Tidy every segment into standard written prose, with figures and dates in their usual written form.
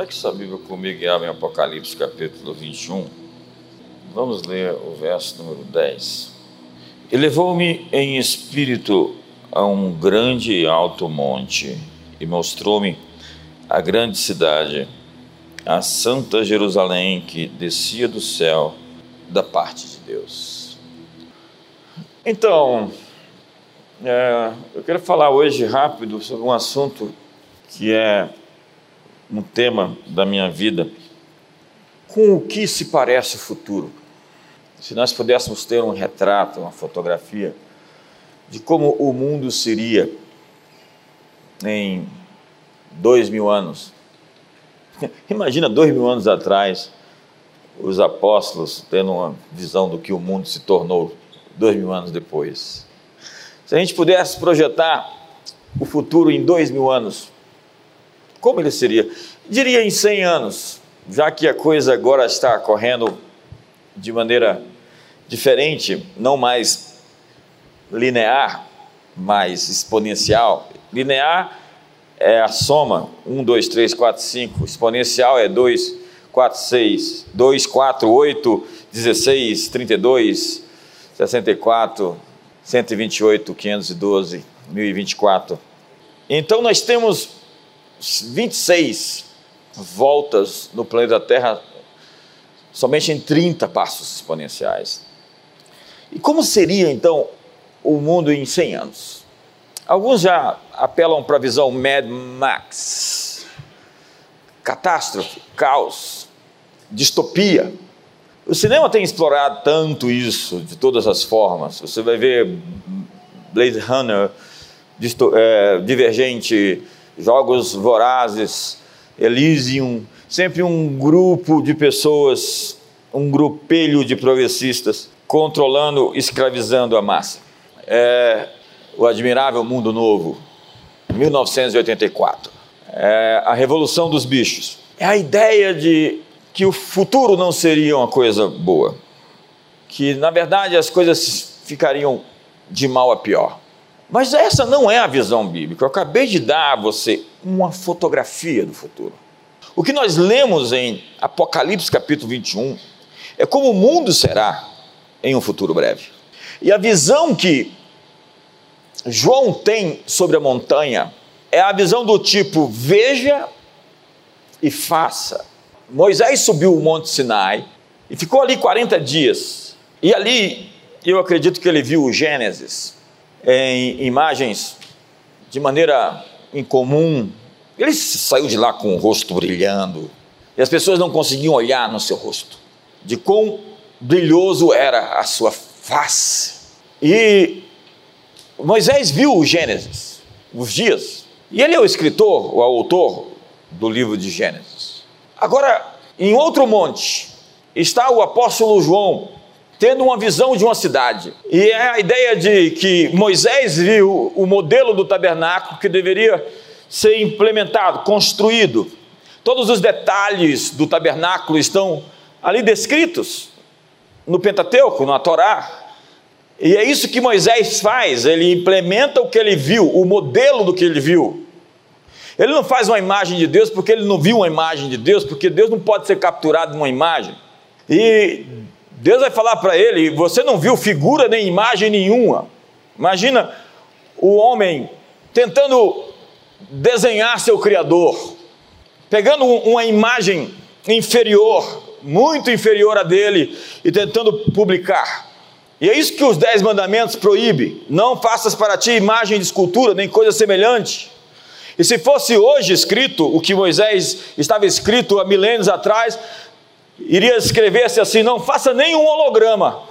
Pegue sua Bíblia comigo e abre em Apocalipse capítulo 21. Vamos ler o verso número 10. E levou-me em espírito a um grande e alto monte, e mostrou-me a grande cidade, a santa Jerusalém, que descia do céu da parte de Deus. Então, eu quero falar hoje rápido sobre um assunto que é um tema da minha vida. Com o que se parece o futuro? Se nós pudéssemos ter um retrato, uma fotografia de como o mundo seria em 2000 anos. Imagina 2000 anos atrás, os apóstolos tendo uma visão do que o mundo se tornou 2000 anos depois. Se a gente pudesse projetar o futuro em 2000 anos, como ele seria? Diria em 100 anos, já que a coisa agora está correndo de maneira diferente, não mais linear, mas exponencial. Linear é a soma, 1, 2, 3, 4, 5. Exponencial é 2, 4, 6, 2, 4, 8, 16, 32, 64, 128, 512, 1024. Então nós temos 26 voltas no planeta Terra somente em 30 passos exponenciais. E como seria então o mundo em 100 anos? Alguns já apelam para a visão Mad Max, catástrofe, caos, distopia. O cinema tem explorado tanto isso de todas as formas. Você vai ver Blade Runner, Divergente, Jogos Vorazes, Elysium, sempre um grupo de pessoas, um grupelho de progressistas controlando, escravizando a massa. O Admirável Mundo Novo, 1984. A Revolução dos Bichos. É a ideia de que o futuro não seria uma coisa boa, que na verdade as coisas ficariam de mal a pior. Mas essa não é a visão bíblica. Eu acabei de dar a você uma fotografia do futuro. O que nós lemos em Apocalipse capítulo 21 é como o mundo será em um futuro breve. E a visão que João tem sobre a montanha é a visão do tipo: veja e faça. Moisés subiu o Monte Sinai e ficou ali 40 dias. E ali eu acredito que ele viu o Gênesis em imagens de maneira incomum. Ele saiu de lá com o rosto brilhando, e as pessoas não conseguiam olhar no seu rosto, de quão brilhoso era a sua face. E Moisés viu o Gênesis, os dias, e ele é o escritor, o autor do livro de Gênesis. Agora, em outro monte, está o apóstolo João, tendo uma visão de uma cidade. E é a ideia de que Moisés viu o modelo do tabernáculo que deveria ser implementado, construído. Todos os detalhes do tabernáculo estão ali descritos no Pentateuco, na Torá. E é isso que Moisés faz, ele implementa o que ele viu, o modelo do que ele viu. Ele não faz uma imagem de Deus porque ele não viu uma imagem de Deus, porque Deus não pode ser capturado numa imagem. E Deus vai falar para ele: você não viu figura nem imagem nenhuma. Imagina o homem tentando desenhar seu Criador, pegando uma imagem inferior, muito inferior a dele, e tentando publicar. E é isso que os 10 mandamentos proíbem: não faças para ti imagem de escultura, nem coisa semelhante. E se fosse hoje escrito o que Moisés estava escrito há milênios atrás, iria escrever-se assim: não faça nenhum holograma,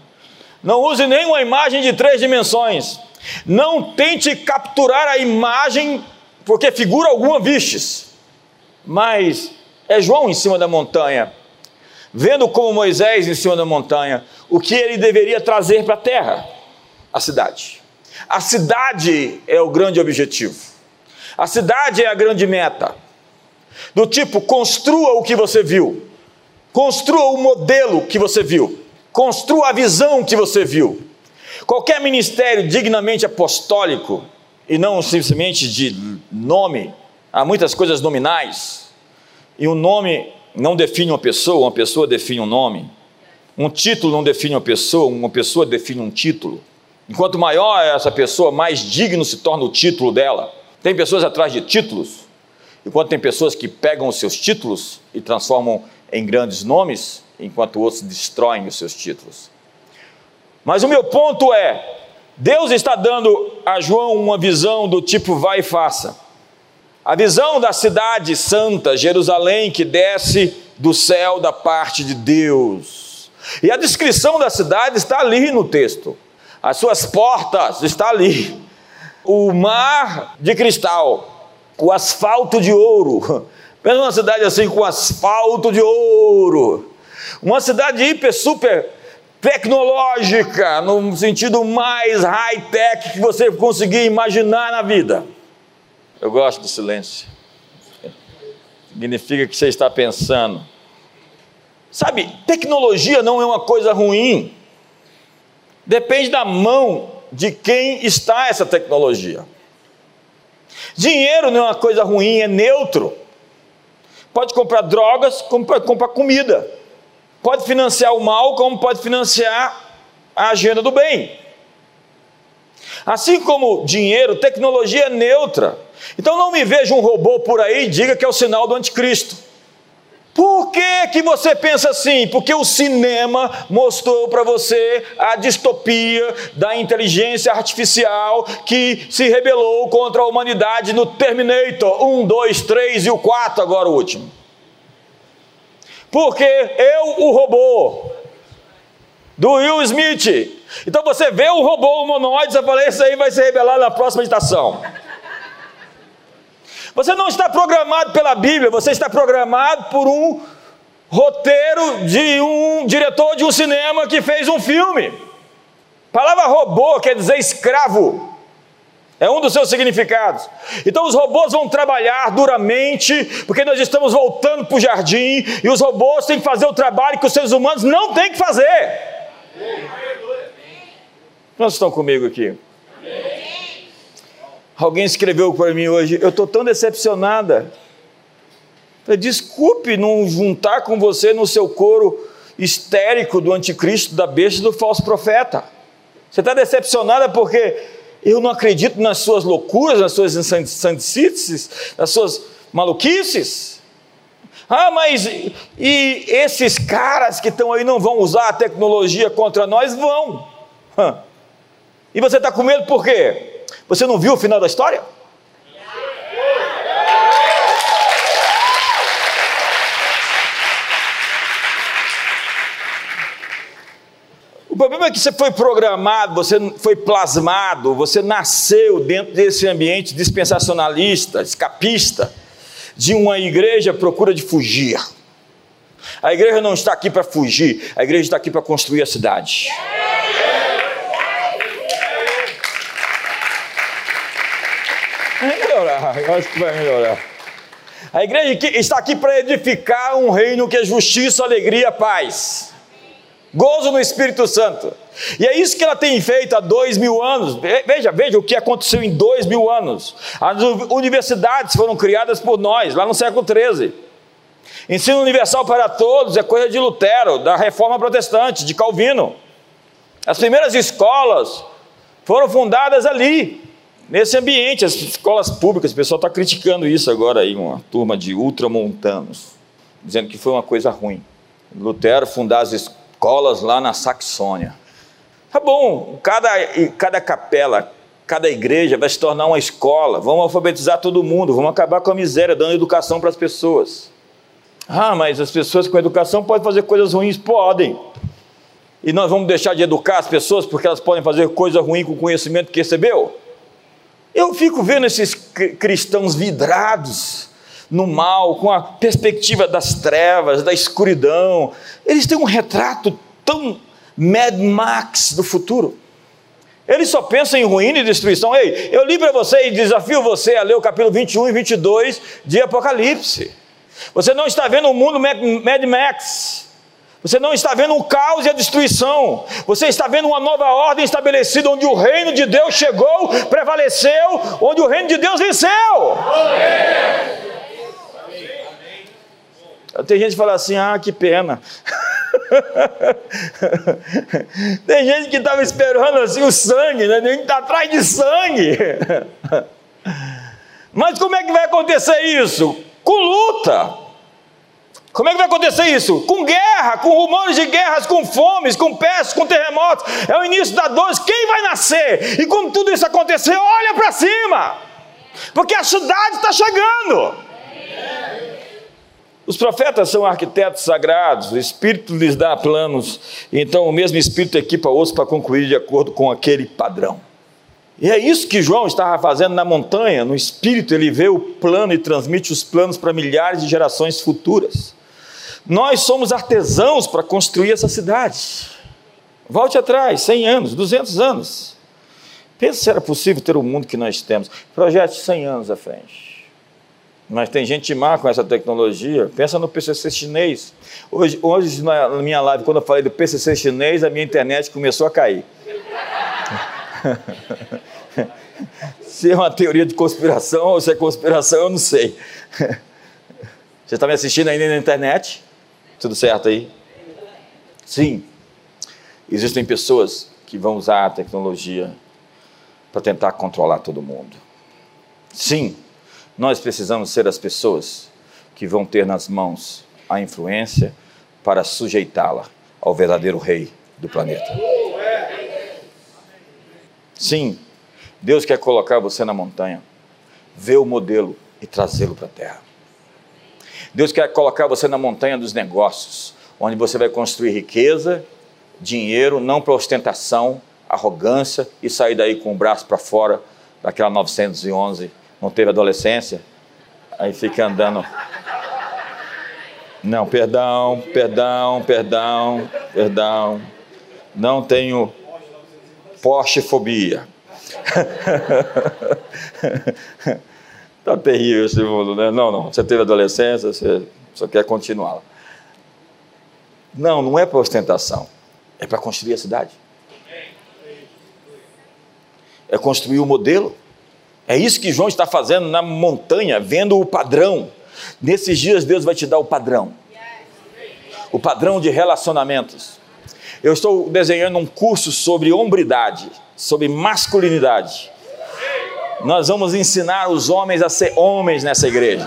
não use nenhuma imagem de 3 dimensões, não tente capturar a imagem, porque figura alguma vistes. Mas é João em cima da montanha, vendo como Moisés em cima da montanha, o que ele deveria trazer para a terra: a cidade. A cidade é o grande objetivo, a cidade é a grande meta, do tipo: construa o que você viu, construa o modelo que você viu, construa a visão que você viu. Qualquer ministério dignamente apostólico, e não simplesmente de nome, há muitas coisas nominais, E um nome não define uma pessoa define um nome. Um título não define uma pessoa define um título. Enquanto maior é essa pessoa, mais digno se torna o título dela. Tem pessoas atrás de títulos, enquanto tem pessoas que pegam os seus títulos e transformam em grandes nomes, enquanto outros destroem os seus títulos. Mas o meu ponto é, Deus está dando a João uma visão do tipo vai e faça. A visão da cidade santa, Jerusalém, que desce do céu da parte de Deus. E a descrição da cidade está ali no texto. As suas portas estão ali. O mar de cristal, o asfalto de ouro. Pensa numa cidade assim com asfalto de ouro. Uma cidade hiper, super tecnológica, no sentido mais high-tech que você conseguir imaginar na vida. Eu gosto do silêncio. Significa que você está pensando. Sabe, tecnologia não é uma coisa ruim. Depende da mão de quem está essa tecnologia. Dinheiro não é uma coisa ruim, é neutro. Pode comprar drogas, como pode comprar comida. Pode financiar o mal, como pode financiar a agenda do bem. Assim como dinheiro, tecnologia é neutra. Então não me veja um robô por aí e diga que é o sinal do anticristo. Por que você pensa assim? Porque o cinema mostrou para você a distopia da inteligência artificial que se rebelou contra a humanidade no Terminator 1, 2, 3 e o 4, agora o último. Porque o robô, do Will Smith. Então você vê o robô humanoide, você fala, esse aí vai se rebelar na próxima estação. Você não está programado pela Bíblia, você está programado por um roteiro de um diretor de um cinema que fez um filme. A palavra robô quer dizer escravo. É um dos seus significados. Então os robôs vão trabalhar duramente, porque nós estamos voltando para o jardim, e os robôs têm que fazer o trabalho que os seres humanos não têm que fazer. Quantos estão comigo aqui? Alguém escreveu para mim hoje, eu estou tão decepcionada. Falei, desculpe não juntar com você no seu coro histérico do anticristo, da besta e do falso profeta. Você está decepcionada porque eu não acredito nas suas loucuras, nas suas insandicices, nas suas maluquices. Ah, mas e esses caras que estão aí não vão usar a tecnologia contra nós? Vão. E você está com medo por quê? Você não viu o final da história? O problema é que você foi programado, você foi plasmado, você nasceu dentro desse ambiente dispensacionalista, escapista, de uma igreja à procura de fugir. A igreja não está aqui para fugir, a igreja está aqui para construir a cidade. Vai melhorar, eu acho que vai melhorar. A igreja está aqui para edificar um reino que é justiça, alegria, paz. Gozo no Espírito Santo. E é isso que ela tem feito há 2000 anos. Veja o que aconteceu em 2000 anos. As universidades foram criadas por nós, lá no século 13. Ensino universal para todos é coisa de Lutero, da Reforma Protestante, de Calvino. As primeiras escolas foram fundadas ali, nesse ambiente. As escolas públicas, o pessoal está criticando isso agora aí, uma turma de ultramontanos, dizendo que foi uma coisa ruim. Lutero fundar as escolas lá na Saxônia. Tá bom, cada capela, cada igreja vai se tornar uma escola, vamos alfabetizar todo mundo, vamos acabar com a miséria, dando educação para as pessoas. Ah, mas as pessoas com educação podem fazer coisas ruins? Podem. E nós vamos deixar de educar as pessoas porque elas podem fazer coisa ruim com o conhecimento que recebeu? Eu fico vendo esses cristãos vidrados no mal, com a perspectiva das trevas, da escuridão. Eles têm um retrato tão Mad Max do futuro. Eles só pensam em ruína e destruição. Ei, eu li para você e desafio você a ler o capítulo 21 e 22 de Apocalipse. Você não está vendo o mundo Mad Max. Você não está vendo o caos e a destruição. Você está vendo uma nova ordem estabelecida, onde o reino de Deus chegou, prevaleceu, onde o reino de Deus venceu. Tem gente que fala assim, que pena. Tem gente que estava esperando assim o sangue, né? Tem gente que está atrás de sangue. Mas como é que vai acontecer isso? Com luta. Como é que vai acontecer isso? Com guerra, com rumores de guerras, com fomes, com pestes, com terremotos. É o início da dor. Quem vai nascer? E quando tudo isso acontecer, olha para cima. Porque a cidade está chegando. Os profetas são arquitetos sagrados, o Espírito lhes dá planos, então o mesmo Espírito equipa outros para concluir de acordo com aquele padrão. E é isso que João estava fazendo na montanha, no Espírito ele vê o plano e transmite os planos para milhares de gerações futuras. Nós somos artesãos para construir essa cidade. Volte atrás, 100 anos, 200 anos. Pensa se era possível ter o mundo que nós temos. Projete 100 anos à frente. Mas tem gente má com essa tecnologia. Pensa no PCC chinês. Hoje na minha live, quando eu falei do PCC chinês, a minha internet começou a cair. Se é uma teoria de conspiração ou se é conspiração, eu não sei. Você está me assistindo ainda na internet? Tudo certo aí? Sim. Existem pessoas que vão usar a tecnologia para tentar controlar todo mundo. Sim. Nós precisamos ser as pessoas que vão ter nas mãos a influência para sujeitá-la ao verdadeiro rei do planeta. Sim, Deus quer colocar você na montanha, ver o modelo e trazê-lo para a terra. Deus quer colocar você na montanha dos negócios, onde você vai construir riqueza, dinheiro, não para ostentação, arrogância e sair daí com o braço para fora daquela 911. Não teve adolescência, aí fica andando. Não, perdão. Não tenho Porsche-fobia. Tá terrível esse mundo, né? Não, você teve adolescência, você só quer continuá-la. Não é para ostentação, é para construir a cidade. É construir o modelo. É isso que João está fazendo na montanha, vendo o padrão. Nesses dias Deus vai te dar o padrão. O padrão de relacionamentos. Eu estou desenhando um curso sobre hombridade, sobre masculinidade. Nós vamos ensinar os homens a ser homens nessa igreja.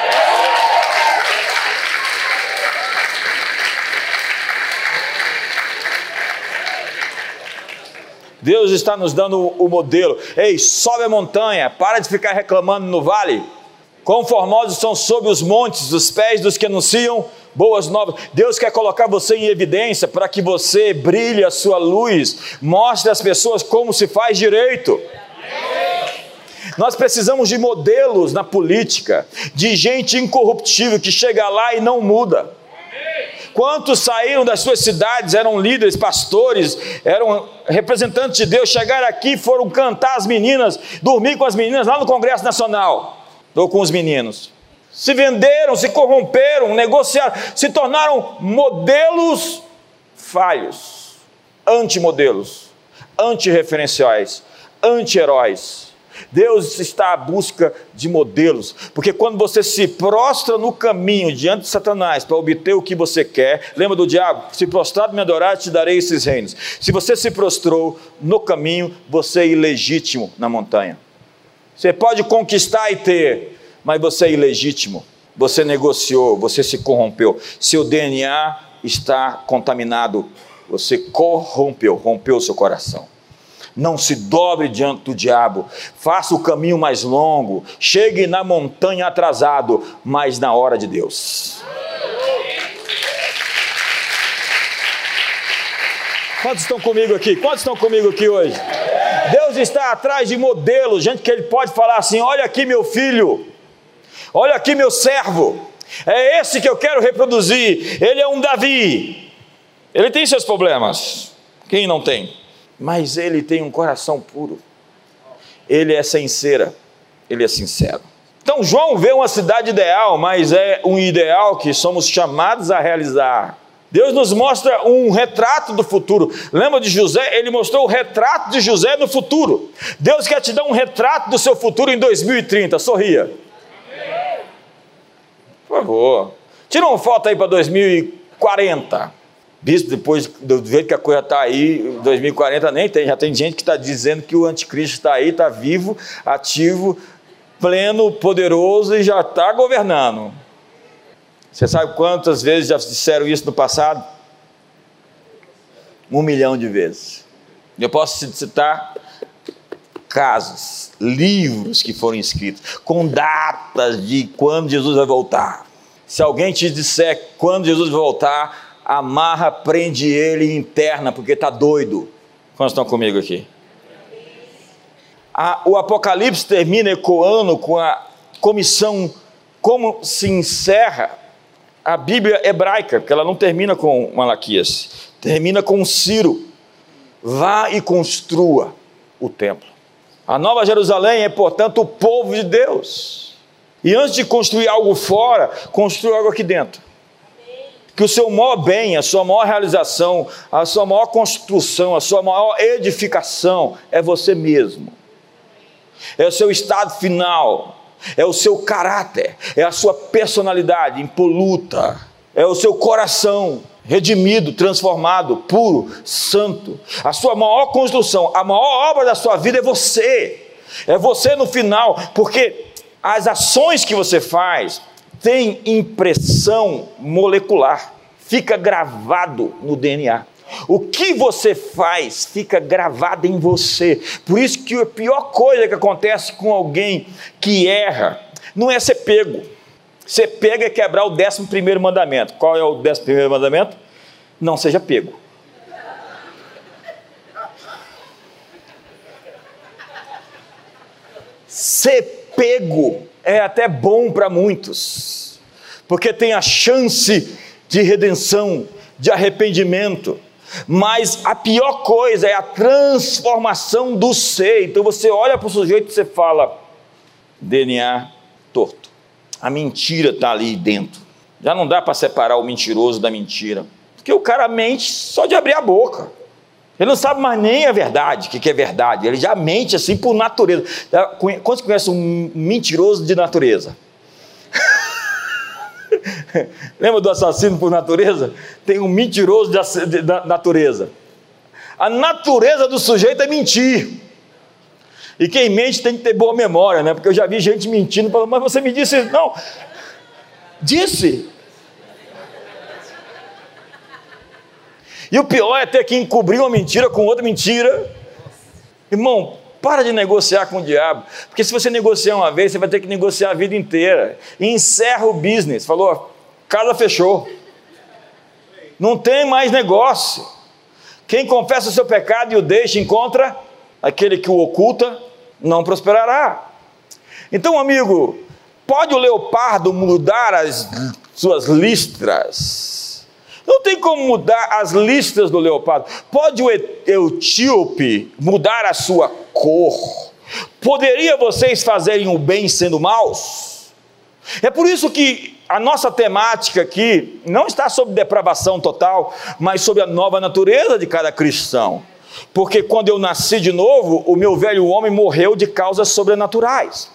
Deus está nos dando o modelo. Ei, sobe a montanha, para de ficar reclamando no vale. Quão formosos são sob os montes os pés dos que anunciam boas novas. Deus quer colocar você em evidência para que você brilhe a sua luz, mostre às pessoas como se faz direito. Nós precisamos de modelos na política, de gente incorruptível que chega lá e não muda. Quantos saíram das suas cidades, eram líderes, pastores, eram representantes de Deus, chegaram aqui e foram cantar as meninas, dormir com as meninas lá no Congresso Nacional, ou com os meninos. Se venderam, se corromperam, negociaram, se tornaram modelos falhos, antimodelos, antirreferenciais, anti-heróis. Deus está à busca de modelos, porque quando você se prostra no caminho diante de Satanás para obter o que você quer, lembra do diabo? Se prostrado me adorar, te darei esses reinos. Se você se prostrou no caminho, você é ilegítimo na montanha. Você pode conquistar e ter, mas você é ilegítimo. Você negociou, você se corrompeu. Seu DNA está contaminado, você rompeu seu coração. Não se dobre diante do diabo, faça o caminho mais longo, chegue na montanha atrasado, mas na hora de Deus. Quantos estão comigo aqui? Quantos estão comigo aqui hoje? Deus está atrás de modelos, gente que ele pode falar assim, olha aqui meu filho, olha aqui meu servo, é esse que eu quero reproduzir, ele é um Davi, ele tem seus problemas, quem não tem? Mas ele tem um coração puro, ele é sem cera, ele é sincero. Então João vê uma cidade ideal, mas é um ideal que somos chamados a realizar. Deus nos mostra um retrato do futuro. Lembra de José? Ele mostrou o retrato de José no futuro. Deus quer te dar um retrato do seu futuro em 2030, sorria. Por favor. Tira uma foto aí para 2040. Visto depois do jeito que a coisa está aí, 2040 nem tem. Já tem gente que está dizendo que o anticristo está aí, está vivo, ativo, pleno, poderoso e já está governando. Você sabe quantas vezes já disseram isso no passado? 1 milhão de vezes. Eu posso citar casos, livros que foram escritos, com datas de quando Jesus vai voltar. Se alguém te disser quando Jesus vai voltar, amarra, prende ele e interna, porque está doido. Quantos estão comigo aqui? O Apocalipse termina ecoando com a comissão, como se encerra a Bíblia hebraica, porque ela não termina com Malaquias, termina com Ciro. Vá e construa o templo. A Nova Jerusalém é, portanto, o povo de Deus. E antes de construir algo fora, construa algo aqui dentro. Que o seu maior bem, a sua maior realização, a sua maior construção, a sua maior edificação é você mesmo. É o seu estado final, é o seu caráter, é a sua personalidade impoluta, é o seu coração redimido, transformado, puro, santo. A sua maior construção, a maior obra da sua vida é você. É você no final, porque as ações que você faz têm impressão molecular, fica gravado no DNA. O que você faz fica gravado em você. Por isso que a pior coisa que acontece com alguém que erra não é ser pego. Ser pego é quebrar o 11º mandamento. Qual é o 11º mandamento? Não seja pego. Ser pego é até bom para muitos, porque tem a chance de redenção, de arrependimento. Mas a pior coisa é a transformação do ser. Então você olha para o sujeito e você fala: DNA torto. A mentira está ali dentro. Já não dá para separar o mentiroso da mentira, porque o cara mente só de abrir a boca. Ele não sabe mais nem a verdade, o que é verdade. Ele já mente assim por natureza. Quantos conhecem um mentiroso de natureza? Lembra do assassino por natureza? Tem um mentiroso da natureza. A natureza do sujeito é mentir. E quem mente tem que ter boa memória, né? Porque eu já vi gente mentindo, falando: mas você me disse isso. Não, disse. E o pior é ter que encobrir uma mentira com outra mentira. Irmão, para de negociar com o diabo, porque se você negociar uma vez, você vai ter que negociar a vida inteira. E encerra o business. Falou, casa fechou. Não tem mais negócio. Quem confessa o seu pecado e o deixa, encontra. Aquele que o oculta, não prosperará. Então, amigo, pode o leopardo mudar as suas listras? Não tem como mudar as listras do leopardo. Pode o etíope mudar a sua cor? Poderia vocês fazerem o bem sendo maus? É por isso que a nossa temática aqui não está sobre depravação total, mas sobre a nova natureza de cada cristão. Porque quando eu nasci de novo, o meu velho homem morreu de causas sobrenaturais.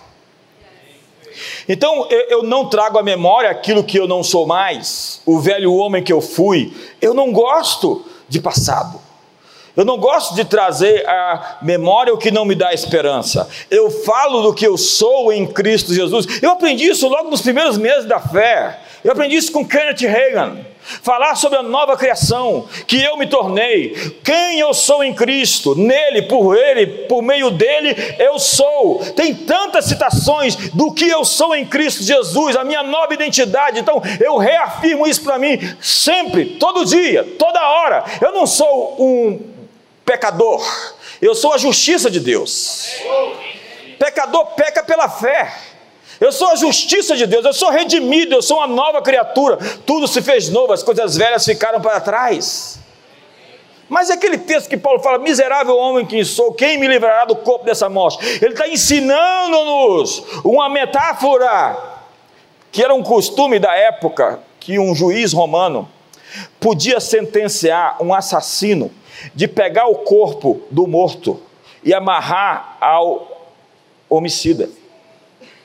Então eu não trago à memória aquilo que eu não sou mais, o velho homem que eu fui. Eu não gosto de passado. Eu não gosto de trazer à memória o que não me dá esperança. Eu falo do que eu sou em Cristo Jesus. Eu aprendi isso logo nos primeiros meses da fé. Eu aprendi isso com Kenneth Hagin. Falar sobre a nova criação que eu me tornei, quem eu sou em Cristo, nele, por meio dele, eu sou. Tem tantas citações do que eu sou em Cristo Jesus, a minha nova identidade. Então eu reafirmo isso para mim sempre, todo dia, toda hora. Eu não sou um pecador, eu sou a justiça de Deus. Pecador peca pela fé. Eu sou a justiça de Deus, eu sou redimido, eu sou uma nova criatura. Tudo se fez novo, as coisas velhas ficaram para trás. Mas é aquele texto que Paulo fala: miserável homem que sou, quem me livrará do corpo dessa morte? Ele está ensinando-nos uma metáfora, que era um costume da época, que um juiz romano podia sentenciar um assassino de pegar o corpo do morto e amarrar ao homicida.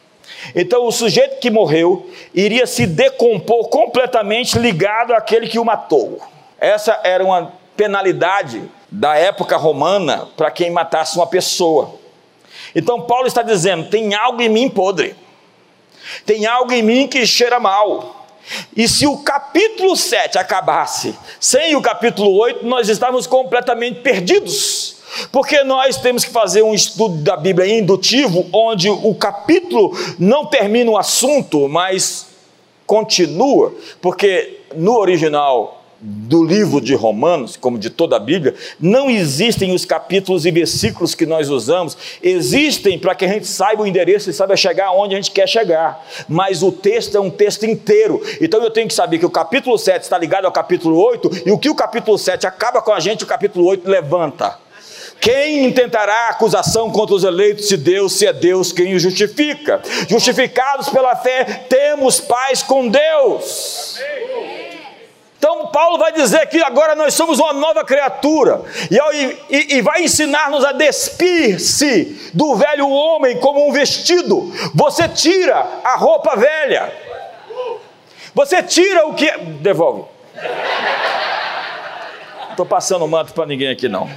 Então o sujeito que morreu iria se decompor completamente ligado àquele que o matou. Essa era uma penalidade da época romana para quem matasse uma pessoa. Então Paulo está dizendo, tem algo em mim podre, tem algo em mim que cheira mal. E se o capítulo 7 acabasse sem o capítulo 8, nós estávamos completamente perdidos, porque nós temos que fazer um estudo da Bíblia indutivo, onde o capítulo não termina o assunto, mas continua, porque no original do livro de Romanos, como de toda a Bíblia, não existem os capítulos e versículos que nós usamos, existem para que a gente saiba o endereço e saiba chegar onde a gente quer chegar, mas o texto é um texto inteiro. Então eu tenho que saber que o capítulo 7 está ligado ao capítulo 8, e o que o capítulo 7 acaba com a gente, o capítulo 8 levanta. Quem intentará acusação contra os eleitos de Deus, se é Deus quem os justifica? Justificados pela fé, temos paz com Deus. Então Paulo vai dizer que agora nós somos uma nova criatura, e vai ensinar-nos a despir-se do velho homem como um vestido. Você tira a roupa velha, você tira o que... Devolve. Não estou passando manto para ninguém aqui não.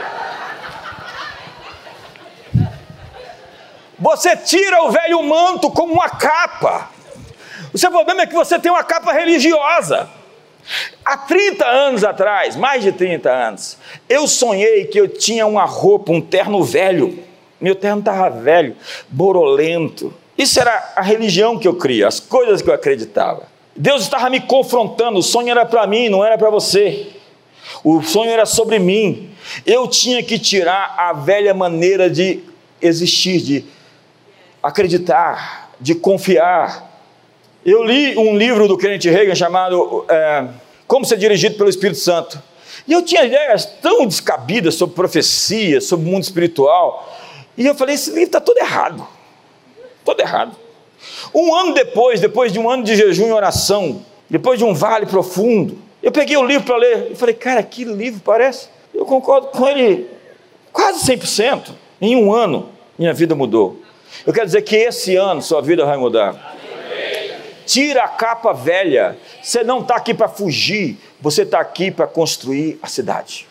Você tira o velho manto como uma capa. O seu problema é que você tem uma capa religiosa. Há 30 anos atrás, mais de 30 anos, eu sonhei que eu tinha uma roupa, um terno velho. Meu terno estava velho, borolento. Isso era a religião que eu cria, as coisas que eu acreditava. Deus estava me confrontando, o sonho era para mim, não era para você. O sonho era sobre mim. Eu tinha que tirar a velha maneira de existir, de acreditar, de confiar. Eu li um livro do Kenneth Hagin chamado Como Ser Dirigido pelo Espírito Santo. E eu tinha ideias tão descabidas sobre profecia, sobre o mundo espiritual. E eu falei, esse livro está todo errado. Todo errado. Um ano depois de um ano de jejum e oração, depois de um vale profundo, eu peguei o livro para ler. E falei, cara, que livro parece? Eu concordo com ele quase 100%. Em um ano, minha vida mudou. Eu quero dizer que esse ano sua vida vai mudar. Tira a capa velha. Você não está aqui para fugir, você está aqui para construir a cidade.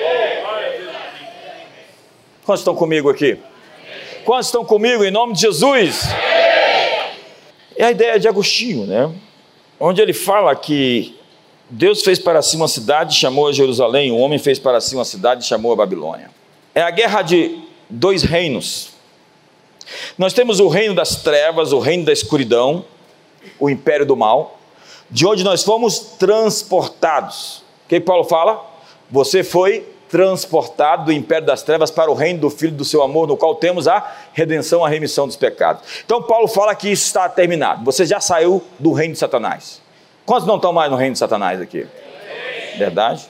Quantos estão comigo aqui? Quantos estão comigo em nome de Jesus? É a ideia de Agostinho, né? Onde ele fala que Deus fez para si uma cidade e chamou a Jerusalém, o homem fez para si uma cidade e chamou a Babilônia. É a guerra de dois reinos. Nós temos o reino das trevas, o reino da escuridão, o império do mal, de onde nós fomos transportados. O que Paulo fala? Você foi transportado do império das trevas para o reino do Filho do seu amor, no qual temos a redenção, a remissão dos pecados. Então Paulo fala que isso está terminado. Você já saiu do reino de Satanás. Quantos não estão mais no reino de Satanás aqui? Verdade?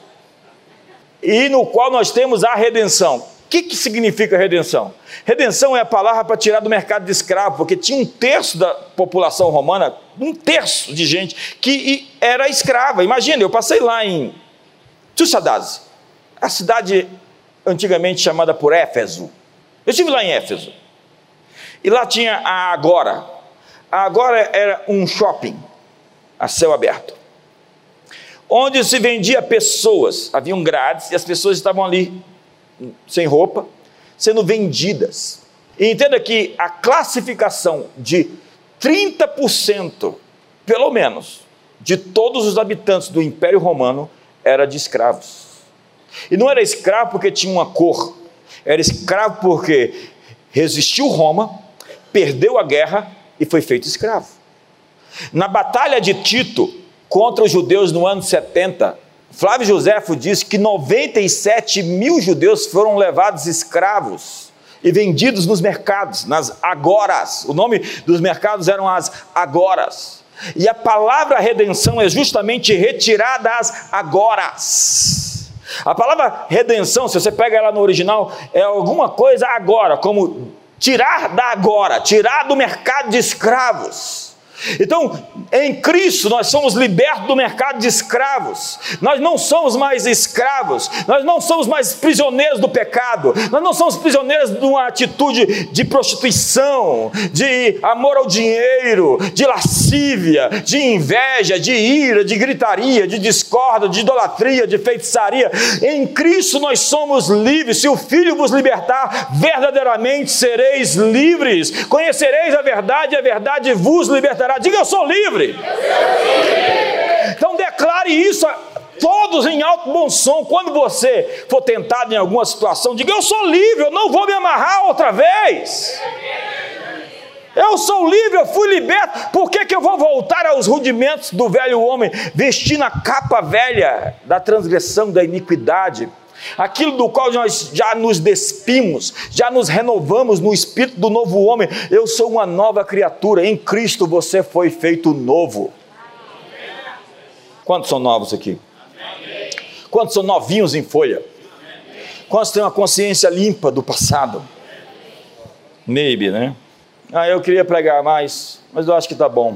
E no qual nós temos a redenção. O que significa redenção? Redenção é a palavra para tirar do mercado de escravo, porque tinha um terço da população romana, um terço de gente que era escrava. Imagina, eu passei lá em Tusadaz, a cidade antigamente chamada por Éfeso. Eu estive lá em Éfeso. E lá tinha a Agora. A Agora era um shopping a céu aberto, onde se vendia pessoas, haviam grades, e as pessoas estavam ali sem roupa, sendo vendidas. E entenda que a classificação de 30%, pelo menos, de todos os habitantes do Império Romano era de escravos. E não era escravo porque tinha uma cor, era escravo porque resistiu Roma, perdeu a guerra e foi feito escravo. Na batalha de Tito contra os judeus no ano 70, Flávio Joséfo diz que 97 mil judeus foram levados escravos e vendidos nos mercados, nas agoras. O nome dos mercados eram as agoras. E a palavra redenção é justamente retirar das agoras. A palavra redenção, se você pega ela no original, é alguma coisa agora, como tirar da agora, tirar do mercado de escravos. Então, em Cristo nós somos libertos do mercado de escravos. Nós não somos mais escravos, nós não somos mais prisioneiros do pecado, nós não somos prisioneiros de uma atitude de prostituição, de amor ao dinheiro, de lascívia, de inveja, de ira, de gritaria, de discórdia, de idolatria, de feitiçaria. Em Cristo nós somos livres. Se o Filho vos libertar, verdadeiramente sereis livres. Conhecereis a verdade vos libertará. Diga: eu sou livre. Então declare isso a todos em alto bom som. Quando você for tentado em alguma situação, diga: eu sou livre, eu não vou me amarrar outra vez. Eu sou livre, eu fui liberto. Por que eu vou voltar aos rudimentos do velho homem, vestindo a capa velha da transgressão, da iniquidade? Aquilo do qual nós já nos despimos, já nos renovamos no espírito do novo homem. Eu sou uma nova criatura, em Cristo você foi feito novo. Quantos são novos aqui? Quantos são novinhos em folha? Quantos têm uma consciência limpa do passado? Maybe, né? Eu queria pregar mais, mas eu acho que está bom.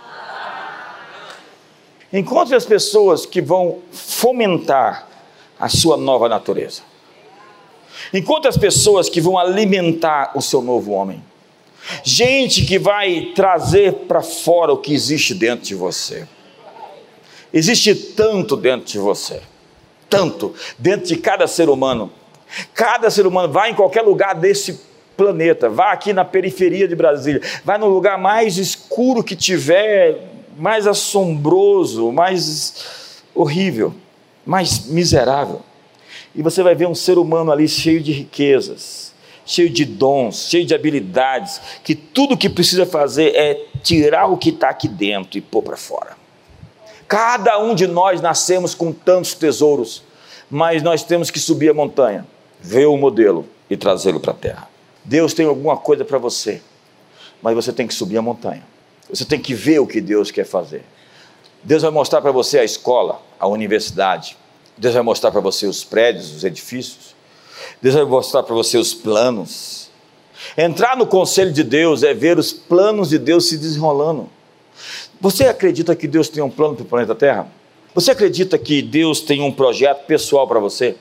Encontre as pessoas que vão fomentar a sua nova natureza. Encontre as pessoas que vão alimentar o seu novo homem. Gente que vai trazer para fora o que existe dentro de você. Existe tanto dentro de você. Tanto dentro de cada ser humano. Cada ser humano vai em qualquer lugar desse planeta. Vá aqui na periferia de Brasília. Vai no lugar mais escuro que tiver, mais assombroso, mais horrível, mais miserável, e você vai ver um ser humano ali cheio de riquezas, cheio de dons, cheio de habilidades, que tudo que precisa fazer é tirar o que está aqui dentro e pôr para fora. Cada um de nós nascemos com tantos tesouros, mas nós temos que subir a montanha, ver o modelo e trazê-lo para a terra. Deus tem alguma coisa para você, mas você tem que subir a montanha, você tem que ver o que Deus quer fazer. Deus vai mostrar para você a escola, a universidade. Deus vai mostrar para você os prédios, os edifícios. Deus vai mostrar para você os planos. Entrar no conselho de Deus é ver os planos de Deus se desenrolando. Você acredita que Deus tem um plano para o planeta Terra? Você acredita que Deus tem um projeto pessoal para você?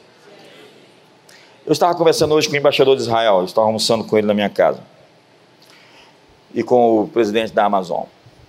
Eu estava conversando hoje com o embaixador de Israel. Eu estava almoçando com ele na minha casa. E com o presidente da Amazon.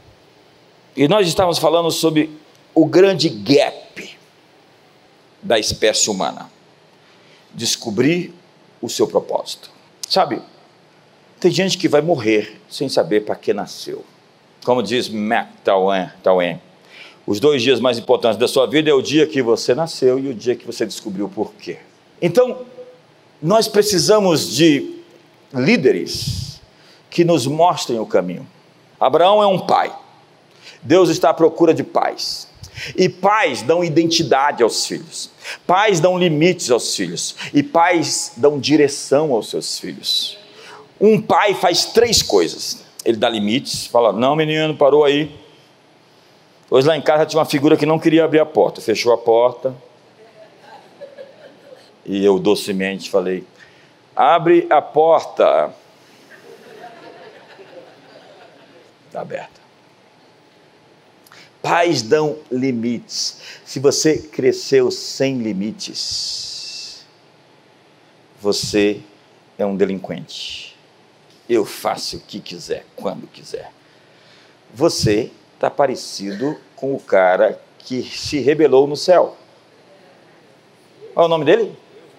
E nós estávamos falando sobre o grande gap da espécie humana. Descobrir o seu propósito. Sabe, tem gente que vai morrer sem saber para que nasceu. Como diz McTwain, os 2 dias mais importantes da sua vida é o dia que você nasceu e o dia que você descobriu o porquê. Então, nós precisamos de líderes que nos mostrem o caminho. Abraão é um pai. Deus está à procura de pais. E pais dão identidade aos filhos. Pais dão limites aos filhos. E pais dão direção aos seus filhos. Um pai faz 3 coisas. Ele dá limites, fala: não, menino, parou aí. Hoje lá em casa tinha uma figura que não queria abrir a porta. Fechou a porta. E eu docemente falei: abre a porta. Está aberta. Pais dão limites. Se você cresceu sem limites, você é um delinquente. Eu faço o que quiser, quando quiser. Você está parecido com o cara que se rebelou no céu. Qual é o nome dele?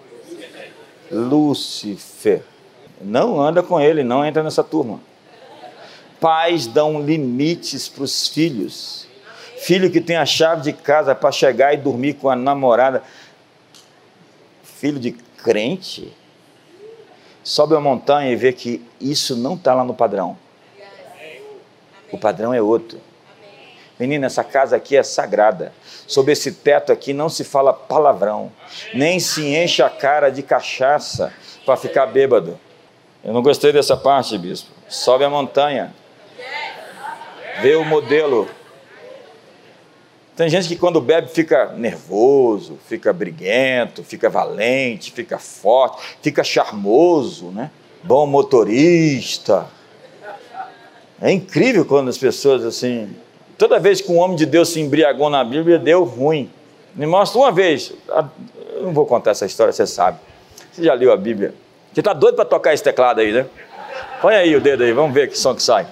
Lúcifer. Não anda com ele, não entra nessa turma. Pais dão limites para os filhos. Filho que tem a chave de casa para chegar e dormir com a namorada. Filho de crente sobe a montanha e vê que isso não está lá no padrão. O padrão é outro. Menina, essa casa aqui é sagrada. Sob esse teto aqui não se fala palavrão, nem se enche a cara de cachaça para ficar bêbado. Eu não gostei dessa parte, bispo. Sobe a montanha, vê o modelo. Tem gente que quando bebe fica nervoso, fica briguento, fica valente, fica forte, fica charmoso, né? Bom motorista. É incrível quando as pessoas assim... Toda vez que um homem de Deus se embriagou na Bíblia, deu ruim. Me mostra uma vez. Eu não vou contar essa história, você sabe. Você já leu a Bíblia? Você está doido para tocar esse teclado aí, né? Põe aí o dedo aí, vamos ver que som que sai.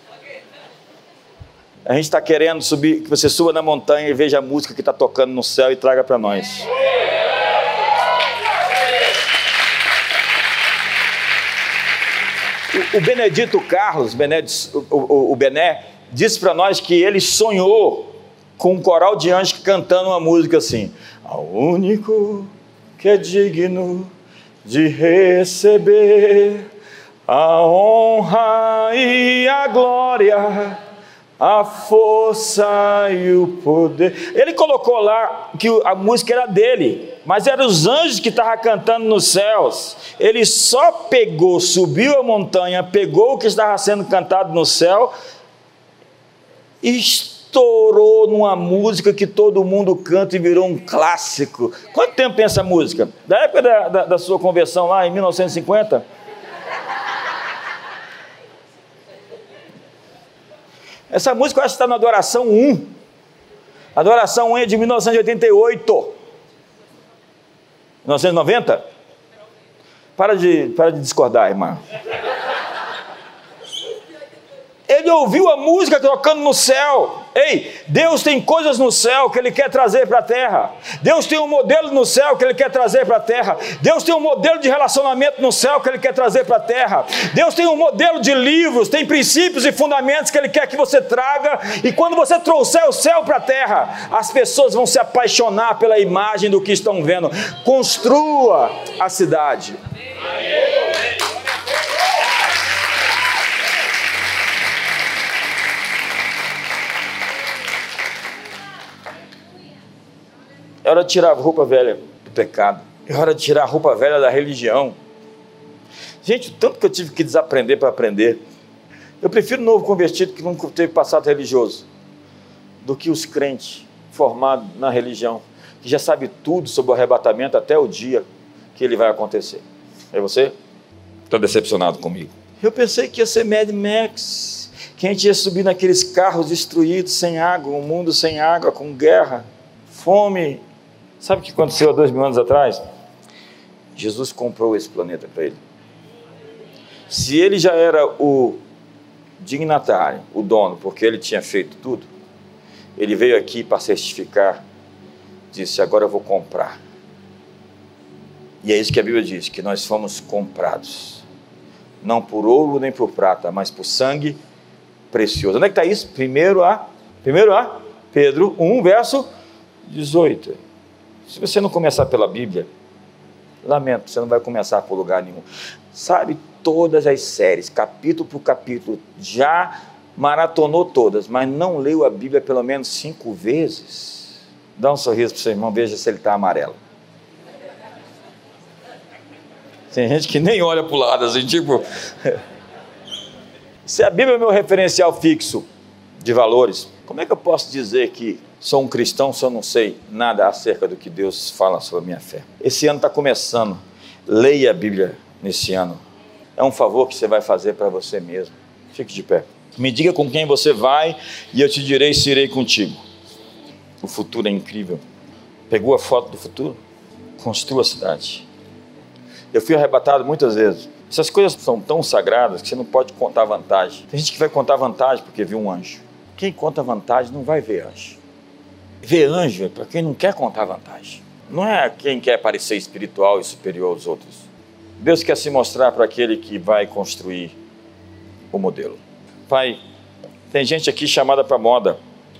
A gente está querendo subir, que você suba na montanha e veja a música que está tocando no céu e traga para nós. O Benedito Carlos, o Bené, disse para nós que ele sonhou com um coral de anjos cantando uma música assim: ao único que é digno de receber a honra e a glória, a força e o poder. Ele colocou lá que a música era dele, mas eram os anjos que estavam cantando nos céus. Ele só pegou, subiu a montanha, pegou o que estava sendo cantado no céu e estourou numa música que todo mundo canta e virou um clássico. Quanto tempo tem essa música? Da época da sua conversão lá em 1950? Essa música eu acho que está na Adoração 1. A Adoração 1 é de 1988. 1990? Para de discordar, irmã. Ele ouviu a música tocando no céu. Ei, Deus tem coisas no céu que Ele quer trazer para a terra. Deus tem um modelo no céu que Ele quer trazer para a terra. Deus tem um modelo de relacionamento no céu que Ele quer trazer para a terra. Deus tem um modelo de livros, tem princípios e fundamentos que Ele quer que você traga. E quando você trouxer o céu para a terra, as pessoas vão se apaixonar pela imagem do que estão vendo. Construa a cidade. É hora de tirar a roupa velha do pecado. É hora de tirar a roupa velha da religião. Gente, o tanto que eu tive que desaprender para aprender. Eu prefiro o novo convertido que nunca teve passado religioso do que os crentes formados na religião, que já sabe tudo sobre o arrebatamento até o dia que ele vai acontecer. É você? Está decepcionado comigo? Eu pensei que ia ser Mad Max, que a gente ia subir naqueles carros destruídos, sem água, um mundo sem água, com guerra, fome. Sabe o que aconteceu há 2000 anos atrás? Jesus comprou esse planeta para ele. Se ele já era o dignatário, o dono, porque ele tinha feito tudo, ele veio aqui para certificar, disse: agora eu vou comprar. E é isso que a Bíblia diz, que nós fomos comprados, não por ouro nem por prata, mas por sangue precioso. Onde é que está isso? Primeiro a Pedro 1, verso 18. Se você não começar pela Bíblia, lamento, você não vai começar por lugar nenhum. Sabe todas as séries, capítulo por capítulo, já maratonou todas, mas não leu a Bíblia pelo menos 5 vezes? Dá um sorriso para o seu irmão, veja se ele está amarelo. Tem gente que nem olha para o lado, assim, tipo... Se a Bíblia é meu referencial fixo de valores, como é que eu posso dizer que sou um cristão se eu não sei nada acerca do que Deus fala sobre a minha fé? Esse ano está começando. Leia a Bíblia nesse ano. É um favor que você vai fazer para você mesmo. Fique de pé. Me diga com quem você vai e eu te direi se irei contigo. O futuro é incrível. Pegou a foto do futuro? Construa a cidade. Eu fui arrebatado muitas vezes. Essas coisas são tão sagradas que você não pode contar vantagem. Tem gente que vai contar vantagem porque viu um anjo. Quem conta vantagem não vai ver anjo. Ver anjo é para quem não quer contar vantagem. Não é quem quer parecer espiritual e superior aos outros. Deus quer se mostrar para aquele que vai construir o modelo. Pai, tem gente aqui chamada para moda.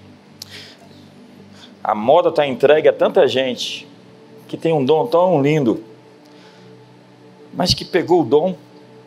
A moda está entregue a tanta gente que tem um dom tão lindo, mas que pegou o dom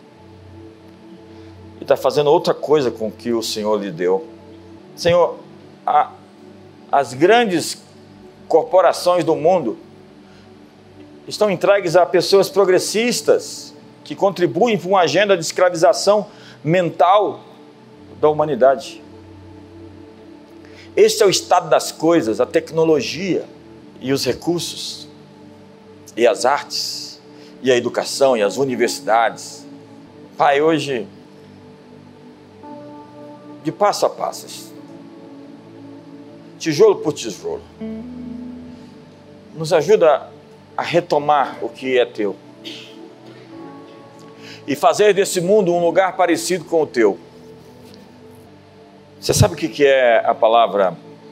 e está fazendo outra coisa com o que o Senhor lhe deu. Senhor, as grandes corporações do mundo estão entregues a pessoas progressistas que contribuem para uma agenda de escravização mental da humanidade. Este é o estado das coisas, a tecnologia e os recursos e as artes e a educação e as universidades. Pai, hoje de passo a passo, tijolo por tijolo. Nos ajuda a retomar o que é teu e fazer desse mundo um lugar parecido com o teu. Você sabe o que é a palavra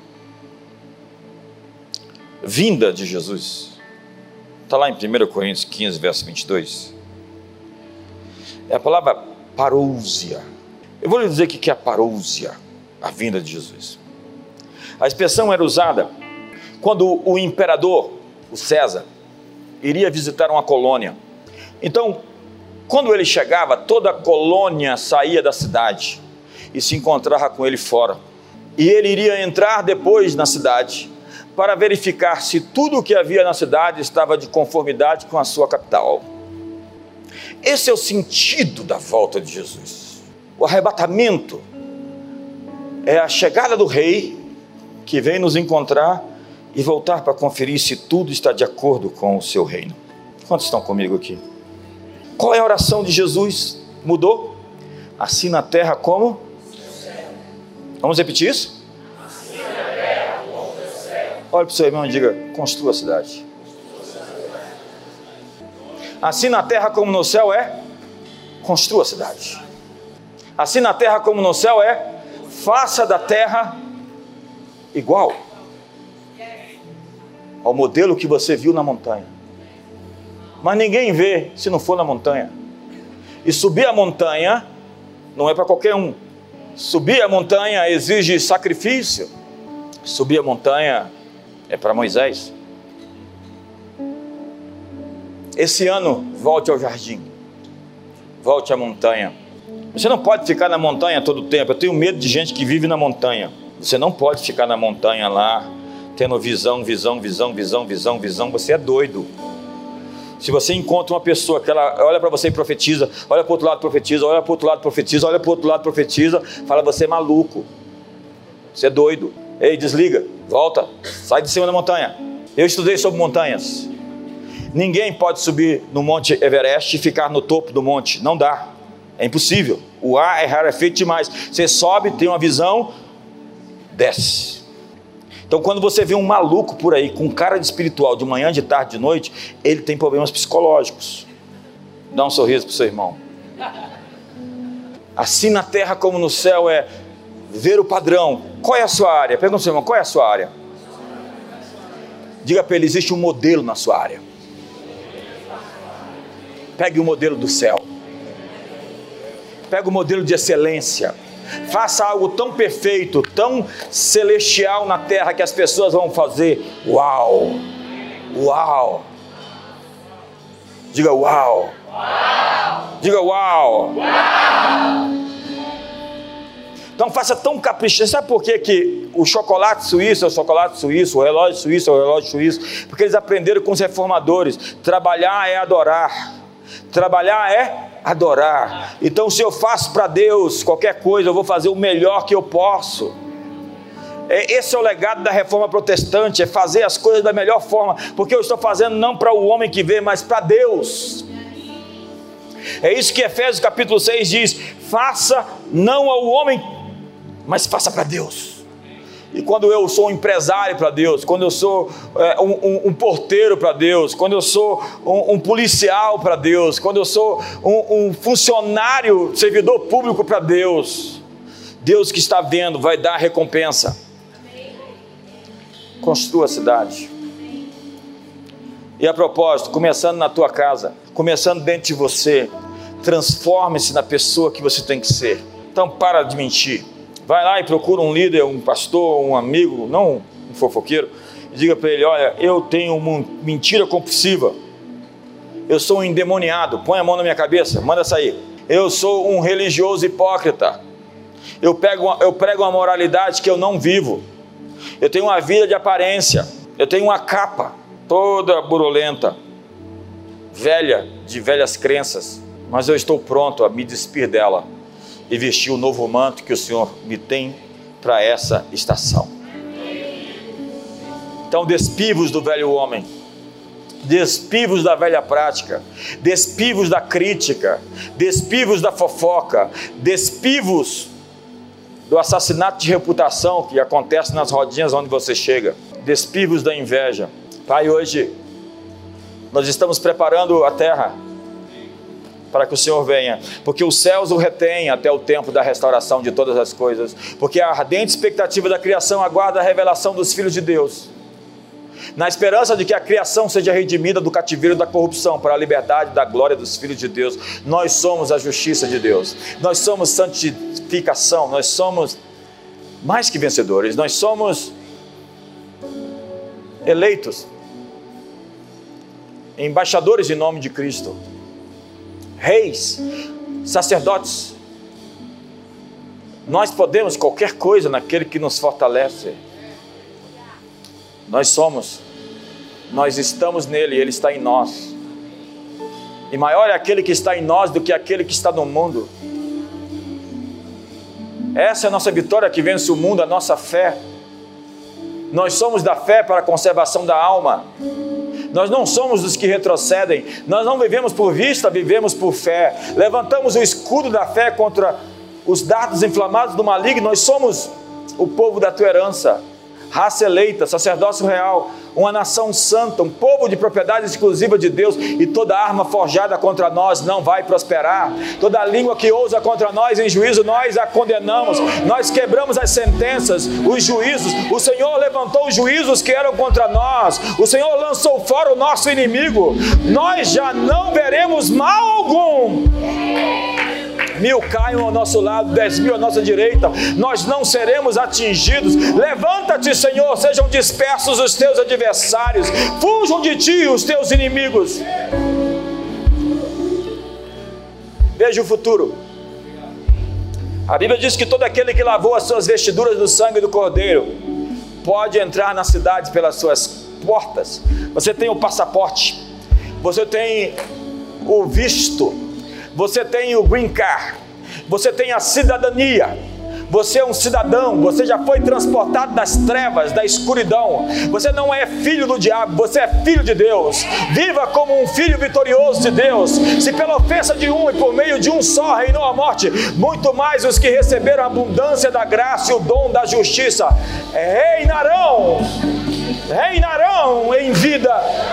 vinda de Jesus? Está lá em 1 Coríntios 15, verso 22. É a palavra parousia. Eu vou lhe dizer o que é a parousia, a vinda de Jesus. A expressão era usada quando o imperador, o César, iria visitar uma colônia. Então, quando ele chegava, toda a colônia saía da cidade e se encontrava com ele fora. E ele iria entrar depois na cidade para verificar se tudo o que havia na cidade estava de conformidade com a sua capital. Esse é o sentido da volta de Jesus. O arrebatamento é a chegada do rei que vem nos encontrar e voltar para conferir se tudo está de acordo com o seu reino. Quantos estão comigo aqui? Qual é a oração de Jesus? Mudou? Assim na terra como? Vamos repetir isso? Assim na terra como no céu. Olha para o seu irmão e diga: construa a cidade. Assim na terra como no céu é? Construa a cidade. Assim na terra como no céu é? Faça da terra igual ao modelo que você viu na montanha. Mas ninguém vê se não for na montanha. E subir a montanha não é para qualquer um. Subir a montanha exige sacrifício. Subir a montanha é para Moisés. Esse ano, volte ao jardim. Volte à montanha. Você não pode ficar na montanha todo o tempo. Eu tenho medo de gente que vive na montanha. Você não pode ficar na montanha lá, tendo visão. Você é doido. Se você encontra uma pessoa que ela olha para você e profetiza, olha para o outro lado, profetiza, olha para o outro lado, profetiza, olha para o outro lado, profetiza, fala: você é maluco, você é doido. Ei, desliga, volta, sai de cima da montanha. Eu estudei sobre montanhas. Ninguém pode subir no Monte Everest e ficar no topo do monte. Não dá, é impossível. O ar é rarefeito demais. Você sobe, tem uma visão, desce. Então, quando você vê um maluco por aí, com cara de espiritual, de manhã, de tarde, de noite, ele tem problemas psicológicos. Dá um sorriso para o seu irmão. Assim na terra como no céu é ver o padrão. Qual é a sua área? Pergunta ao seu irmão: qual é a sua área? Diga para ele: existe um modelo na sua área. Pegue o modelo do céu. Pegue o modelo de excelência. Faça algo tão perfeito, tão celestial na terra, que as pessoas vão fazer: uau, uau. Diga uau, uau. Diga uau, uau. Então faça tão caprichoso. Sabe por que o chocolate suíço é o chocolate suíço, o relógio suíço é o relógio suíço? Porque eles aprenderam com os reformadores: trabalhar é adorar. Trabalhar é adorar. Então, se eu faço para Deus qualquer coisa, eu vou fazer o melhor que eu posso. Esse é o legado da reforma protestante: é fazer as coisas da melhor forma, porque eu estou fazendo não para o homem que vê, mas para Deus. É isso que Efésios capítulo 6 diz: faça não ao homem, mas faça para Deus. E quando eu sou um empresário para Deus, quando eu sou um porteiro para Deus, quando eu sou um policial para Deus, quando eu sou um funcionário, servidor público para Deus, Deus que está vendo vai dar a recompensa. Construa a cidade. E a propósito, começando na tua casa, começando dentro de você, transforme-se na pessoa que você tem que ser. Então para de mentir. Vai lá e procura um líder, um pastor, um amigo, não um fofoqueiro, e diga para ele: olha, eu tenho uma mentira compulsiva, eu sou um endemoniado, põe a mão na minha cabeça, manda sair. Eu sou um religioso hipócrita, eu prego uma moralidade que eu não vivo, eu tenho uma vida de aparência, eu tenho uma capa toda burulenta, velha, de velhas crenças, mas eu estou pronto a me despir dela e vestir o novo manto que o Senhor me tem para essa estação. Então despive-vos do velho homem, despive-vos da velha prática, despive-vos da crítica, despive-vos da fofoca, despive-vos do assassinato de reputação que acontece nas rodinhas onde você chega, despivos da inveja. Pai, hoje nós estamos preparando a terra para que o Senhor venha, porque os céus o retêm até o tempo da restauração de todas as coisas, porque a ardente expectativa da criação aguarda a revelação dos filhos de Deus, na esperança de que a criação seja redimida do cativeiro da corrupção para a liberdade da glória dos filhos de Deus. Nós somos a justiça de Deus, nós somos santificação, nós somos mais que vencedores, nós somos eleitos, embaixadores em nome de Cristo, reis, sacerdotes. Nós podemos qualquer coisa naquele que nos fortalece. Nós estamos nele, ele está em nós. E maior é aquele que está em nós do que aquele que está no mundo. Essa é a nossa vitória que vence o mundo, a nossa fé. Nós somos da fé para a conservação da alma. Nós não somos os que retrocedem. Nós não vivemos por vista, vivemos por fé. Levantamos o escudo da fé contra os dardos inflamados do maligno. Nós somos o povo da tua herança, raça eleita, sacerdócio real, uma nação santa, um povo de propriedade exclusiva de Deus, e toda arma forjada contra nós não vai prosperar. Toda língua que ousa contra nós em juízo, nós a condenamos. Nós quebramos as sentenças, os juízos. O Senhor levantou os juízos que eram contra nós. O Senhor lançou fora o nosso inimigo. Nós já não veremos mal algum. 1000 caiam ao nosso lado, 10.000 à nossa direita, nós não seremos atingidos. Levanta-te, Senhor, sejam dispersos os teus adversários, fujam de ti os teus inimigos. Veja o futuro. A Bíblia diz que todo aquele que lavou as suas vestiduras no sangue do Cordeiro pode entrar na cidade pelas suas portas. Você tem o passaporte, você tem o visto, você tem o green card, você tem a cidadania, você é um cidadão, você já foi transportado das trevas, da escuridão. Você não é filho do diabo, você é filho de Deus. Viva como um filho vitorioso de Deus. Se pela ofensa de um e por meio de um só reinou a morte, muito mais os que receberam a abundância da graça e o dom da justiça reinarão em vida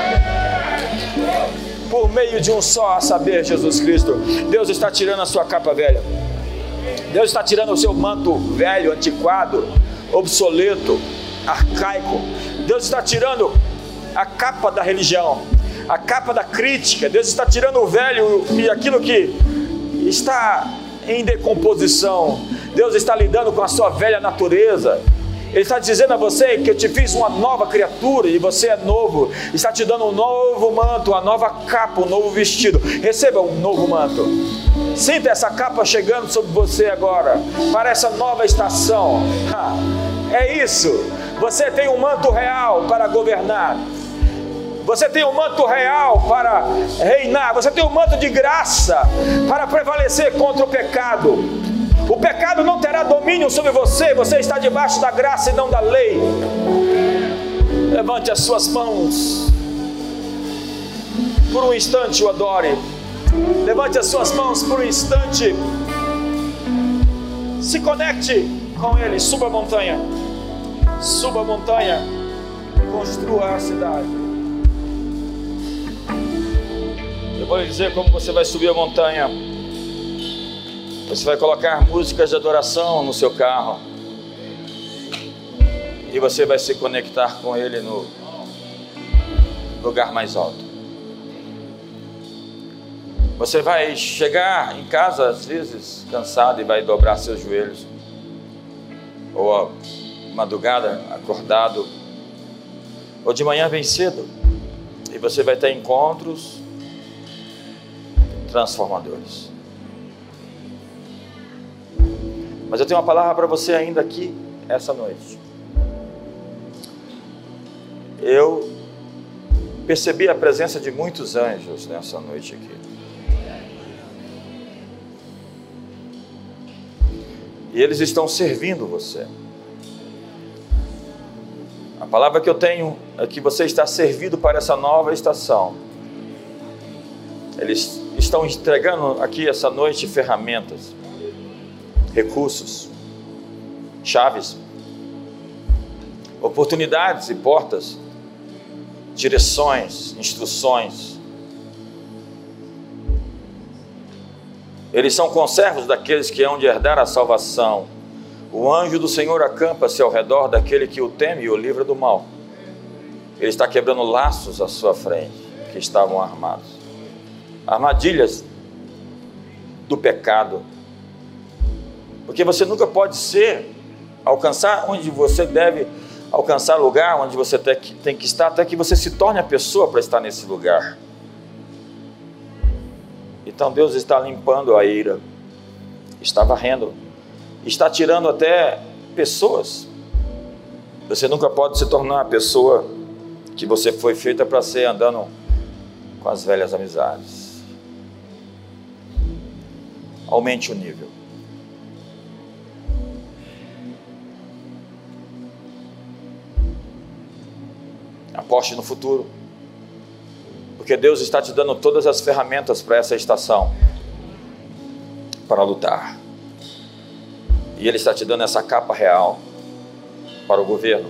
por meio de um só, a saber, Jesus Cristo. Deus está tirando a sua capa velha. Deus está tirando o seu manto velho, antiquado, obsoleto, arcaico. Deus está tirando a capa da religião, a capa da crítica. Deus está tirando o velho e aquilo que está em decomposição. Deus está lidando com a sua velha natureza. Ele está dizendo a você que eu te fiz uma nova criatura e você é novo. Está te dando um novo manto, uma nova capa, um novo vestido. Receba um novo manto. Sinta essa capa chegando sobre você agora, para essa nova estação. É isso. Você tem um manto real para governar. Você tem um manto real para reinar. Você tem um manto de graça para prevalecer contra o pecado. O pecado não terá domínio sobre você. Você está debaixo da graça e não da lei. Levante as suas mãos. Por um instante o adore. Levante as suas mãos por um instante. Se conecte com Ele. Suba a montanha. Suba a montanha. E construa a cidade. Eu vou lhe dizer como você vai subir a montanha. Você vai colocar músicas de adoração no seu carro. E você vai se conectar com Ele no lugar mais alto. Você vai chegar em casa, às vezes, cansado, e vai dobrar seus joelhos. Ou à madrugada, acordado. Ou de manhã bem cedo. E você vai ter encontros transformadores. Mas eu tenho uma palavra para você ainda aqui, essa noite. Eu percebi a presença de muitos anjos nessa noite aqui. E eles estão servindo você. A palavra que eu tenho é que você está servido para essa nova estação. Eles estão entregando aqui essa noite ferramentas, recursos, chaves, oportunidades e portas, direções, instruções. Eles são conservos daqueles que hão de herdar a salvação. O anjo do Senhor acampa-se ao redor daquele que o teme e o livra do mal. Ele está quebrando laços à sua frente, que estavam armados. Armadilhas do pecado. Porque você nunca pode alcançar onde você deve alcançar, lugar onde você tem que estar, até que você se torne a pessoa para estar nesse lugar. Então Deus está limpando a ira, está varrendo, está tirando até pessoas. Você nunca pode se tornar a pessoa que você foi feita para ser, andando com as velhas amizades. Aumente o nível. Aposte no futuro, porque Deus está te dando todas as ferramentas para essa estação, para lutar. E Ele está te dando essa capa real para o governo.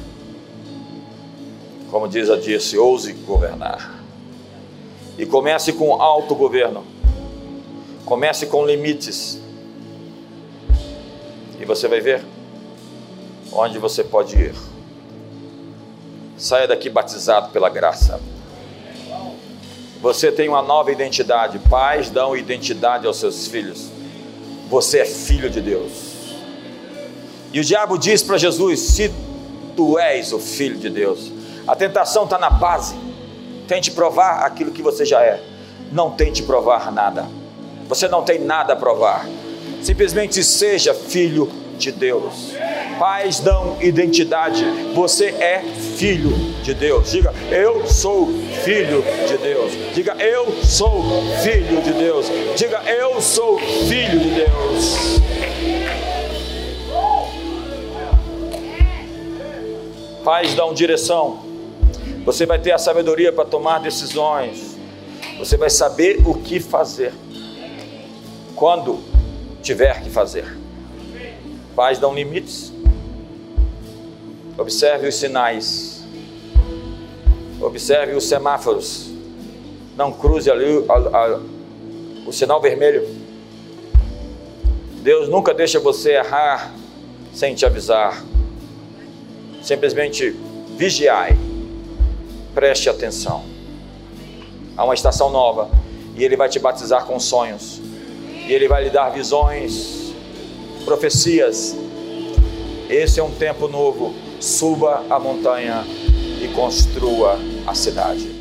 Como diz a Dirce, ouse governar. E comece com autogoverno. Comece com limites. E você vai ver onde você pode ir. Saia daqui batizado pela graça. Você tem uma nova identidade. Pais dão identidade aos seus filhos. Você é filho de Deus. E o diabo diz para Jesus: se tu és o filho de Deus. A tentação está na base. Tente provar aquilo que você já é. Não tente provar nada. Você não tem nada a provar. Simplesmente seja filho de Deus. Pais dão identidade. Você é filho de Deus. Diga: eu sou filho de Deus. Diga: eu sou filho de Deus. Diga: eu sou filho de Deus. Pais dão direção. Você vai ter a sabedoria para tomar decisões. Você vai saber o que fazer quando tiver que fazer. Pais dão limites. Observe os sinais. Observe os semáforos. Não cruze ali o sinal vermelho. Deus nunca deixa você errar sem te avisar. Simplesmente vigiai. Preste atenção. Há uma estação nova e Ele vai te batizar com sonhos. E Ele vai lhe dar visões, profecias. Esse é um tempo novo. Suba a montanha e construa a cidade.